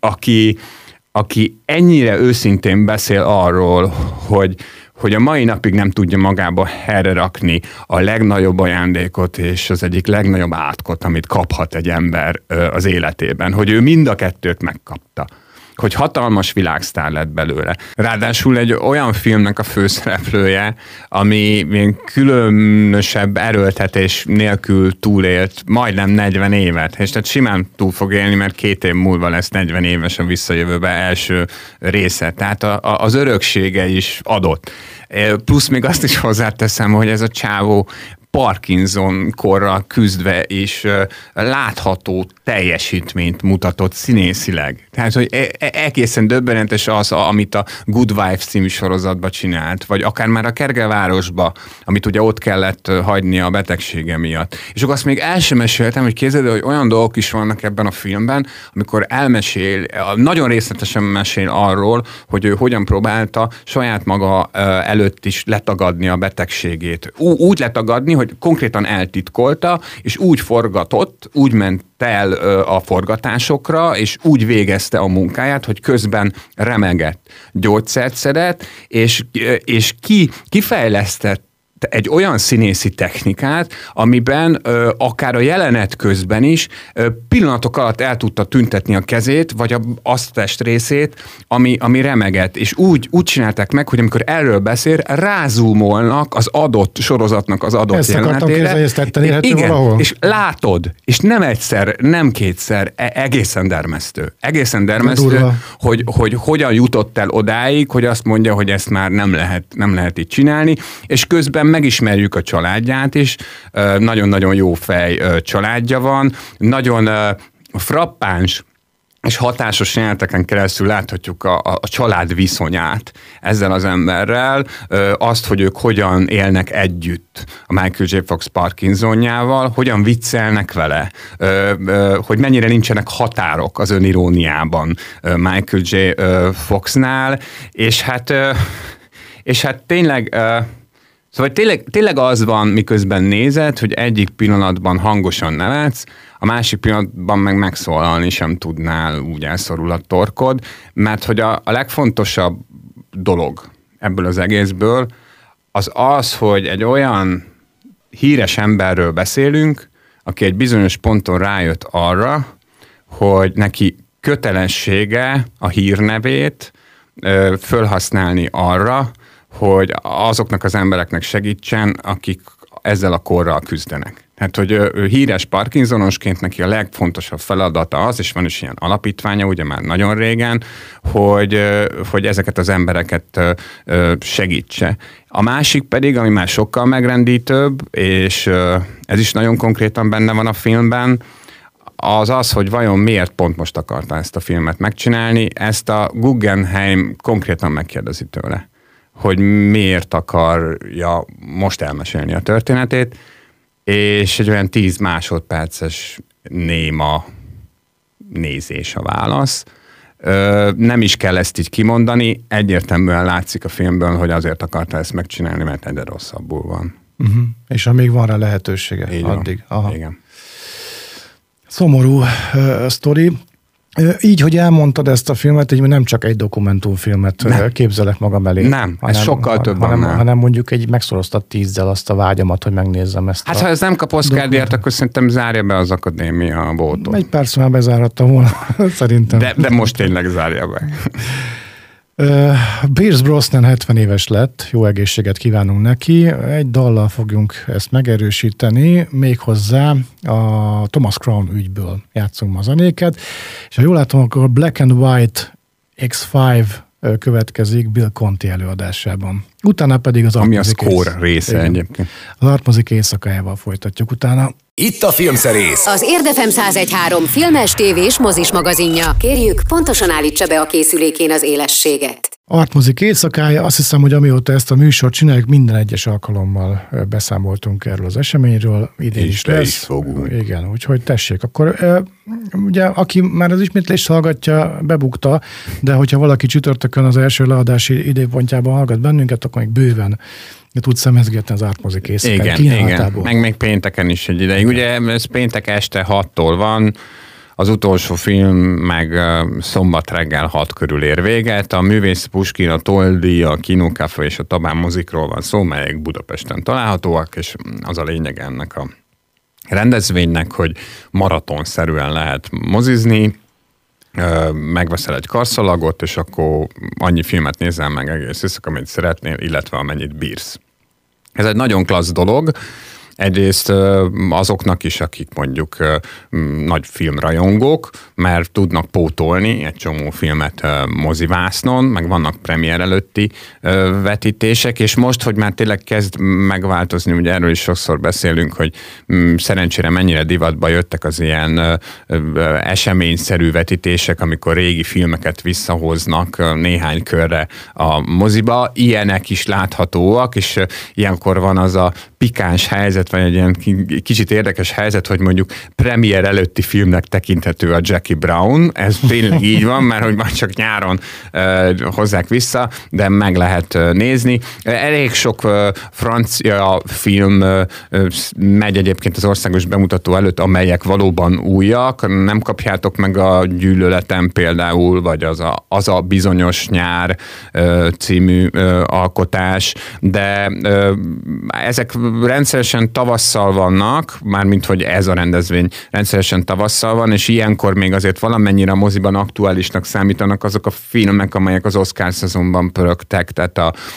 aki ennyire őszintén beszél arról, hogy a mai napig nem tudja magába helyre rakni a legnagyobb ajándékot és az egyik legnagyobb átkot, amit kaphat egy ember az életében, hogy ő mind a kettőt megkapta. Hogy hatalmas világsztár lett belőle. Ráadásul egy olyan filmnek a főszereplője, ami különösebb erőltetés nélkül túlélt majdnem 40 évet, és tehát simán túl fog élni, mert 2 év múlva lesz 40 éves a Visszajövőbe első része. Tehát az öröksége is adott. Plusz még azt is hozzáteszem, hogy ez a csávó Parkinson-korral küzdve is látható teljesítményt mutatott színészileg. Tehát, hogy egészen döbbenetes az, amit a Good Wife című sorozatban csinált, vagy akár már a Kergevárosba, amit ugye ott kellett hagyni a betegsége miatt. És akkor azt még el sem meséltem, hogy képzeld, hogy olyan dolgok is vannak ebben a filmben, amikor elmesél, nagyon részletesen mesél arról, hogy ő hogyan próbálta saját maga előtt is letagadni a betegségét. Úgy letagadni, hogy konkrétan eltitkolta, és úgy forgatott, úgy ment el a forgatásokra, és úgy végezte a munkáját, hogy közben remegett, gyógyszert szedett, és kifejlesztett egy olyan színészi technikát, amiben akár a jelenet közben is pillanatok alatt el tudta tüntetni a kezét, vagy azt a testrészét, ami remegett. És úgy csinálták meg, hogy amikor erről beszél, rázúmolnak az adott sorozatnak az adott jelenetére. Igen, valahol? És látod, és nem egyszer, nem kétszer, egészen dermesztő. Egészen dermesztő, hogy hogyan jutott el odáig, hogy azt mondja, hogy ezt már nem lehet így csinálni, és közben megismerjük a családját is, nagyon-nagyon jó fej családja van, nagyon frappáns és hatásos jeleneteken keresztül láthatjuk a család viszonyát ezzel az emberrel, azt, hogy ők hogyan élnek együtt a Michael J. Fox Parkinsonjával, hogyan viccelnek vele, hogy mennyire nincsenek határok az öniróniában Michael J. Foxnál, és hát tényleg... Szóval tényleg az van, miközben nézed, hogy egyik pillanatban hangosan nevetsz, a másik pillanatban meg megszólalni sem tudnál, úgy elszorul a torkod, mert hogy a legfontosabb dolog ebből az egészből az, hogy egy olyan híres emberről beszélünk, aki egy bizonyos ponton rájött arra, hogy neki kötelessége a hírnevét fölhasználni arra, hogy azoknak az embereknek segítsen, akik ezzel a korral küzdenek. Tehát, hogy ő híres Parkinsonosként neki a legfontosabb feladata az, és van is ilyen alapítványa, ugye már nagyon régen, hogy ezeket az embereket segítse. A másik pedig, ami már sokkal megrendítőbb, és ez is nagyon konkrétan benne van a filmben, az, hogy vajon miért pont most akarta ezt a filmet megcsinálni, ezt a Guggenheim konkrétan megkérdezi tőle, hogy miért akarja most elmesélni a történetét, és egy olyan 10 másodperces néma nézés a válasz. Nem is kell ezt így kimondani, egyértelműen látszik a filmből, hogy azért akarta ezt megcsinálni, mert egyre rosszabbul van. És amíg van rá lehetősége így addig. Aha. Igen. Szomorú sztori. Így, hogy elmondtad ezt a filmet, így nem csak egy dokumentumfilmet képzelek magam elé. Nem, ez sokkal több annál. Hanem mondjuk egy megszoroztat 10-zel azt a vágyamat, hogy megnézzem ezt. Hát ha ez nem kap Oscar-díjat, akkor szerintem zárja be az akadémia a bótot. Egy perc már bezáratta volna, szerintem. De most tényleg zárja be. Pierce Brosnan 70 éves lett, jó egészséget kívánunk neki. Egy dallal fogjunk ezt megerősíteni, méghozzá a Thomas Crown ügyből játszunk ma zenéket, és ha jól látom, akkor Black and White X5 következik Bill Conti előadásában. Utána pedig az ami a score része egyébként. Az Artmozik éjszakájával folytatjuk utána. Itt a Filmszerész. Az Érdefem 101.3 filmes, tévés, mozis magazinja. Kérjük, pontosan állítsa be a készülékén az élességet. Artmozik éjszakája, azt hiszem, hogy amióta ezt a műsort csináljuk, minden egyes alkalommal beszámoltunk erről az eseményről, idén is lesz. Is fogunk. Igen, úgyhogy tessék. Akkor ugye, aki már az ismétlést hallgatja, bebukta, de hogyha valaki csütörtökön az első leadási időpontjában hallgat bennünket, akkor még bőven tud szemezgetni az Artmozik éjszakája. Igen. Meg még pénteken is egy ideig. Ugye ez péntek este 6-tól van, az utolsó film meg szombat reggel 6 körül ér véget. A Művész Puskin, a Toldi, a Kinócafé és a Tabán mozikról van szó, melyek Budapesten találhatóak, és az a lényeg ennek a rendezvénynek, hogy maratonszerűen lehet mozizni, megveszel egy karszalagot, és akkor annyi filmet nézel meg egész éjszaka, amit szeretnél, illetve amennyit bírsz. Ez egy nagyon klassz dolog. Egyrészt azoknak is, akik mondjuk nagy filmrajongók, mert tudnak pótolni egy csomó filmet mozivásznon, meg vannak premier előtti vetítések, és most, hogy már tényleg kezd megváltozni, ugye erről is sokszor beszélünk, hogy szerencsére mennyire divatba jöttek az ilyen eseményszerű vetítések, amikor régi filmeket visszahoznak néhány körre a moziba. Ilyenek is láthatóak, és ilyenkor van az a pikáns helyzet, vagy egy ilyen kicsit érdekes helyzet, hogy mondjuk premier előtti filmnek tekinthető a Jackie Brown. Ez tényleg így van, mert hogy már csak nyáron hozzák vissza, de meg lehet nézni. Elég sok francia film megy egyébként az országos bemutató előtt, amelyek valóban újak. Nem kapjátok meg a Gyűlöletem például, vagy az a bizonyos nyár című alkotás, de ezek rendszeresen tavasszal vannak, mármint hogy ez a rendezvény rendszeresen tavasszal van, és ilyenkor még azért valamennyire a moziban aktuálisnak számítanak azok a filmek, amelyek az Oscar szezonban pörögtek, tehát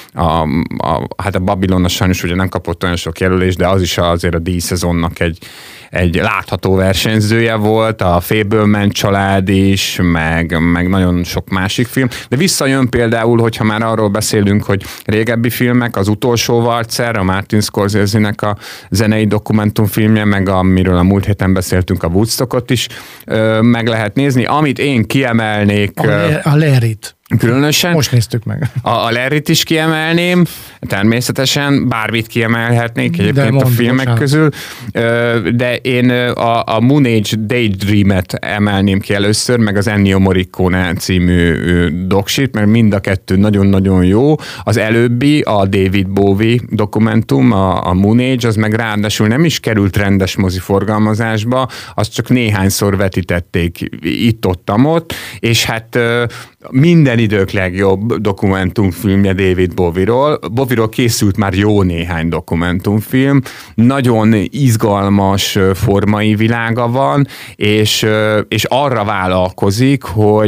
hát a Babylon sajnos ugye nem kapott olyan sok jelölést, de az is azért a díjszezonnak egy látható versenyzője volt, a Fableman család is, meg nagyon sok másik film. De visszajön például, hogyha már arról beszélünk, hogy régebbi filmek, az Utolsó Valcer, a Martin Scorsese-nek a zenei dokumentumfilmje, meg amiről a múlt héten beszéltünk, a Woodstockot is meg lehet nézni. Amit én kiemelnék... A Larryt. Különösen. Most néztük meg. A Larryt is kiemelném, természetesen, bármit kiemelhetnék egyébként a filmek közül, de én a Moon Age Daydream-et emelném ki először, meg az Ennio Morricone című doksit, mert mind a kettő nagyon-nagyon jó. Az előbbi, a David Bowie dokumentum, a Moon Age, az meg ráadásul nem is került rendes moziforgalmazásba, azt csak néhányszor vetítették itt-ott, és hát minden idők legjobb dokumentumfilmje David Bowie-ról. Bowie-ról készült már jó néhány dokumentumfilm, nagyon izgalmas formai világa van, és arra vállalkozik,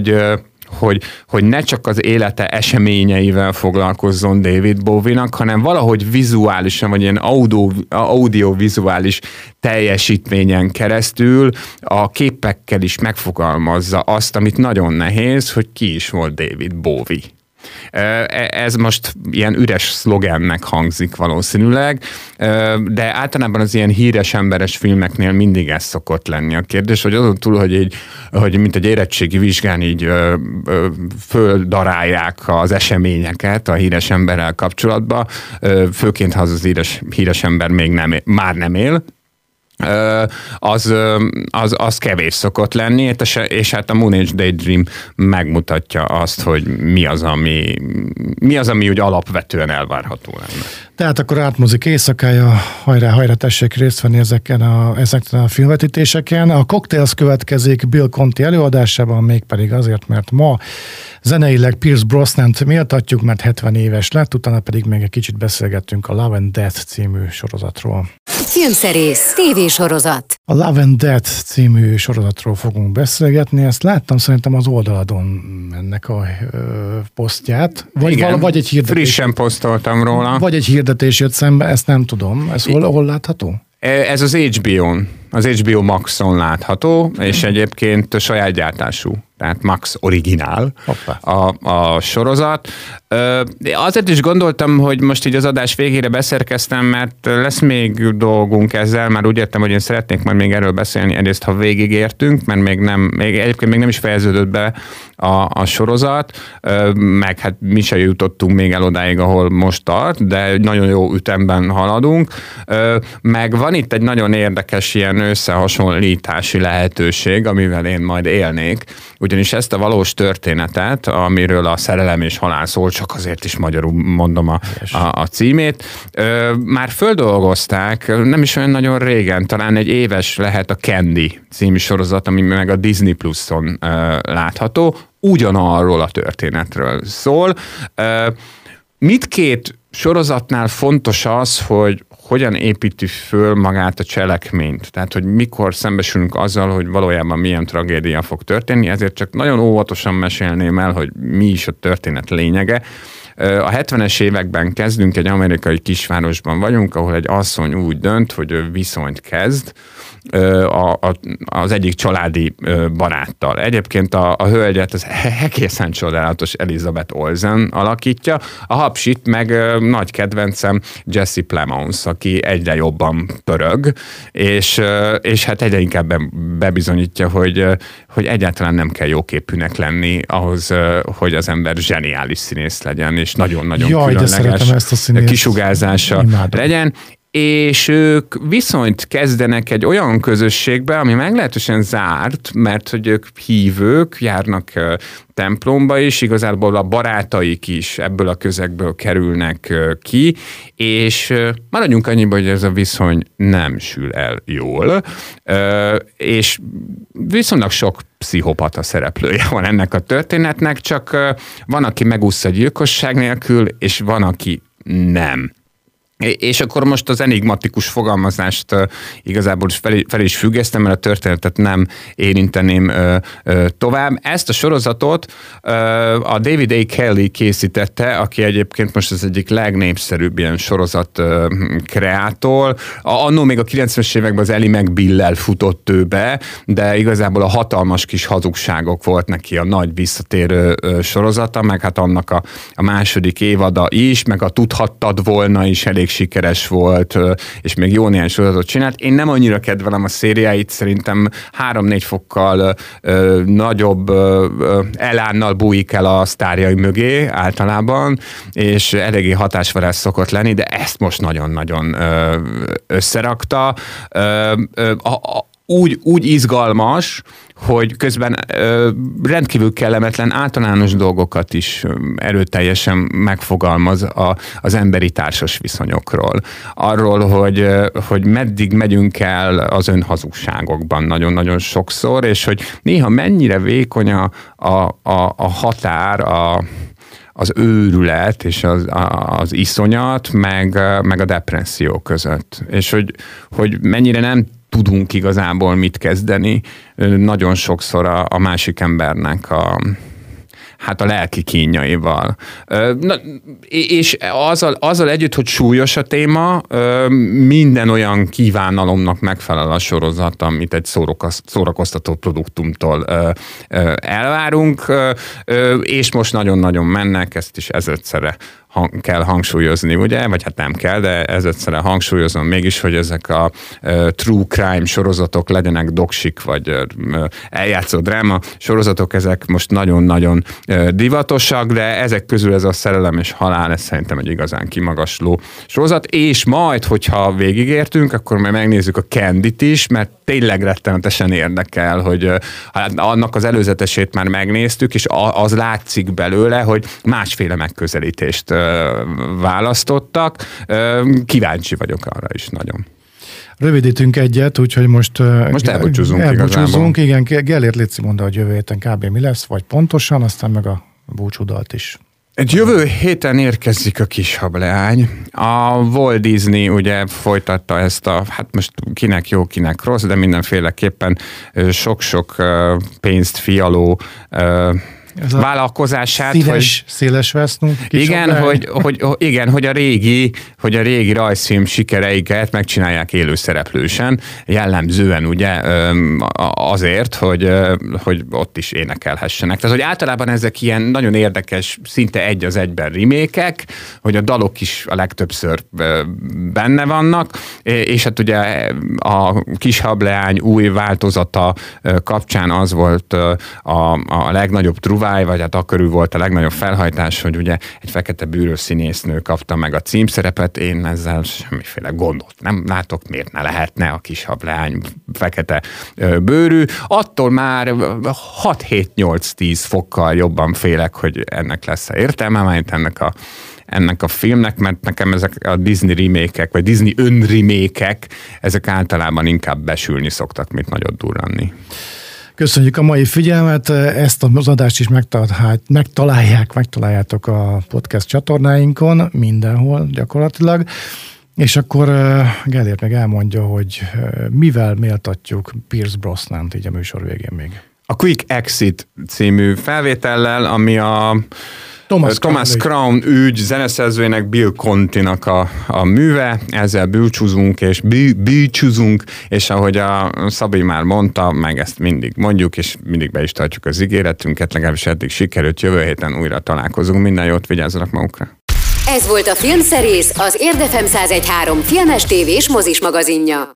hogy ne csak az élete eseményeivel foglalkozzon David Bowie-nak, hanem valahogy vizuálisan, vagy ilyen audiovizuális teljesítményen keresztül a képekkel is megfogalmazza azt, amit nagyon nehéz, hogy ki is volt David Bowie. Ez most ilyen üres szlogennek hangzik valószínűleg, de általában az ilyen híres emberes filmeknél mindig ez szokott lenni a kérdés, hogy azon túl, hogy mint egy érettségi vizsgán így földarálják az eseményeket a híres emberrel kapcsolatban, főként ha az híres ember még már nem él, az kevés szokott lenni, és hát a Moon Age Daydream megmutatja azt, hogy mi az, ami úgy alapvetően elvárható lenne. Tehát akkor átmozik éjszakája, hajrá, tessék részt venni ezeken a filmvetítéseken. A Cocktails következik Bill Conti előadásában, mégpedig azért, mert ma zeneileg Pierce Brosnant méltatjuk, mert 70 éves lett, utána pedig még egy kicsit beszélgettünk a Love and Death című sorozatról. Filmszerész, tévésorozat. A Love and Death című sorozatról fogunk beszélgetni, ezt láttam szerintem az oldaladon ennek a posztját. Vagy egy hirdetés. Frissen posztoltam róla. Vagy egy hirdetés jött szembe, ezt nem tudom. Ez hol látható? Ez az HBO-n, az HBO Maxon látható, és egyébként saját gyártású, tehát Max Originál a sorozat. Azért is gondoltam, hogy most így az adás végére beszerkeztem, mert lesz még dolgunk ezzel, már úgy értem, hogy én szeretnék majd még erről beszélni, egyrészt ha végigértünk, mert egyébként még nem is fejeződött be a sorozat, meg hát mi se jutottunk még el odáig, ahol most tart, de nagyon jó ütemben haladunk, meg van itt egy nagyon érdekes ilyen összehasonlítási lehetőség, amivel én majd élnék, ugyanis ezt a valós történetet, amiről a Szerelem és halál szól, csak azért is magyarul mondom a címét, már földolgozták, nem is olyan nagyon régen, talán egy éves lehet a Candy című sorozat, ami meg a Disney Pluson látható, ugyanarról a történetről szól. Mindkét sorozatnál fontos az, hogy hogyan építi föl magát a cselekményt. Tehát, hogy mikor szembesülünk azzal, hogy valójában milyen tragédia fog történni, ezért csak nagyon óvatosan mesélném el, hogy mi is a történet lényege. A 70-es években kezdünk, egy amerikai kisvárosban vagyunk, ahol egy asszony úgy dönt, hogy ő viszonyt kezd az egyik családi baráttal. Egyébként a hölgyet az egészen csodálatos Elizabeth Olsen alakítja, a hapsit meg nagy kedvencem Jesse Plemons, aki egyre jobban pörög, és hát egyre inkább bebizonyítja, hogy egyáltalán nem kell jóképűnek lenni ahhoz, hogy az ember zseniális színész legyen, és nagyon-nagyon különleges kisugárzása legyen. És ők viszonyt kezdenek egy olyan közösségbe, ami meglehetősen zárt, mert hogy ők hívők, járnak templomba is, igazából a barátaik is ebből a közegből kerülnek ki, és maradjunk annyiba, hogy ez a viszony nem sül el jól, és viszonylag sok pszichopata szereplője van ennek a történetnek, csak van, aki megúszza gyilkosság nélkül, és van, aki nem. És akkor most az enigmatikus fogalmazást igazából fel is függesztem, mert a történetet nem érinteném tovább. Ezt a sorozatot a David A. Kelly készítette, aki egyébként most az egyik legnépszerűbb ilyen sorozat kreátor. Annó még a 90-es években az Ellie McBeal-lel futott ő be, de igazából a Hatalmas kis hazugságok volt neki a nagy visszatérő sorozata, meg hát annak a második évada is, meg a Tudhattad volna is elég sikeres volt, és még jó néhány sorozatot csinált. Én nem annyira kedvelem a szériáit, szerintem 3-4 fokkal nagyobb elánnal bújik el a sztárjai mögé általában, és eléggé hatásvarász szokott lenni, de ezt most nagyon-nagyon összerakta. Úgy izgalmas, hogy közben rendkívül kellemetlen általános dolgokat is erőteljesen megfogalmaz az emberi társas viszonyokról. Arról, hogy meddig megyünk el az önhazugságokban nagyon-nagyon sokszor, és hogy néha mennyire vékony a határ, az őrület és az iszonyat, meg a depresszió között. És hogy mennyire nem tudunk igazából mit kezdeni nagyon sokszor a másik embernek hát a lelki kínjaival. És azzal együtt, hogy súlyos a téma, minden olyan kívánalomnak megfelel a sorozat, amit egy szórakoztató produktumtól elvárunk, és most nagyon-nagyon mennek, ezt is ezerszerre kell hangsúlyozni, ugye? Vagy hát nem kell, de ezerszerre hangsúlyozom mégis, hogy ezek a true crime sorozatok, legyenek doksik, vagy eljátszó dráma sorozatok, ezek most nagyon-nagyon divatosak, de ezek közül ez a Szerelem és halál, ez szerintem egy igazán kimagasló sorozat, és majd, hogyha végigértünk, akkor majd megnézzük a Candyt is, mert tényleg rettenetesen érdekel, hogy annak az előzetesét már megnéztük, és az látszik belőle, hogy másféle megközelítést választottak. Kíváncsi vagyok arra is nagyon. Rövidítünk egyet, úgyhogy most elbúcsúzunk. Igen, Gellért Léci mondta, hogy jövő héten kb. Mi lesz, vagy pontosan, aztán meg a búcsúdalt is. Egy jövő héten érkezik a Kis hableány. A Walt Disney ugye folytatta ezt hát most kinek jó, kinek rossz, de mindenféleképpen sok-sok pénzt fialó vállalkozását. Széles vesznú. Igen, hogy a régi rajzfilm sikereiket megcsinálják élőszereplősen, jellemzően ugye azért, hogy ott is énekelhessenek. Tehát, hogy általában ezek ilyen nagyon érdekes, szinte egy az egyben remékek, hogy a dalok is a legtöbbször benne vannak, és hát ugye a Kis hableány új változata kapcsán az volt a legnagyobb truváj, vagy hát akkörül volt a legnagyobb felhajtás, hogy ugye egy fekete bőrű színésznő kapta meg a címszerepet, én ezzel semmiféle gondot nem látok, miért ne lehetne a Kis hableány fekete bőrű. Attól már 6-7-8-10 fokkal jobban félek, hogy ennek lesz értelme, mert ennek a filmnek, mert nekem ezek a Disney remake-ek, vagy Disney önremékek, ezek általában inkább besülni szoktak, mint nagyot Köszönjük a mai figyelmet, ezt az adást is megtaláljátok a podcast csatornáinkon, mindenhol gyakorlatilag, és akkor Gellért meg elmondja, hogy mivel méltatjuk Pierce Brosnant így a műsor végén még. A Quick Exit című felvétellel, ami a Thomas Crown ügy zeneszerzőjének, Bill Continak a műve, ezzel búcsúzunk, és ahogy a Szabi már mondta, meg ezt mindig mondjuk, és mindig be is tartjuk az ígéretünket, legalábbis eddig sikerült, jövő héten újra találkozunk, minden jót, vigyázzanak magukra! Ez volt a Filmszerész, az Érdefem 101.3 filmes tévés mozis magazinja.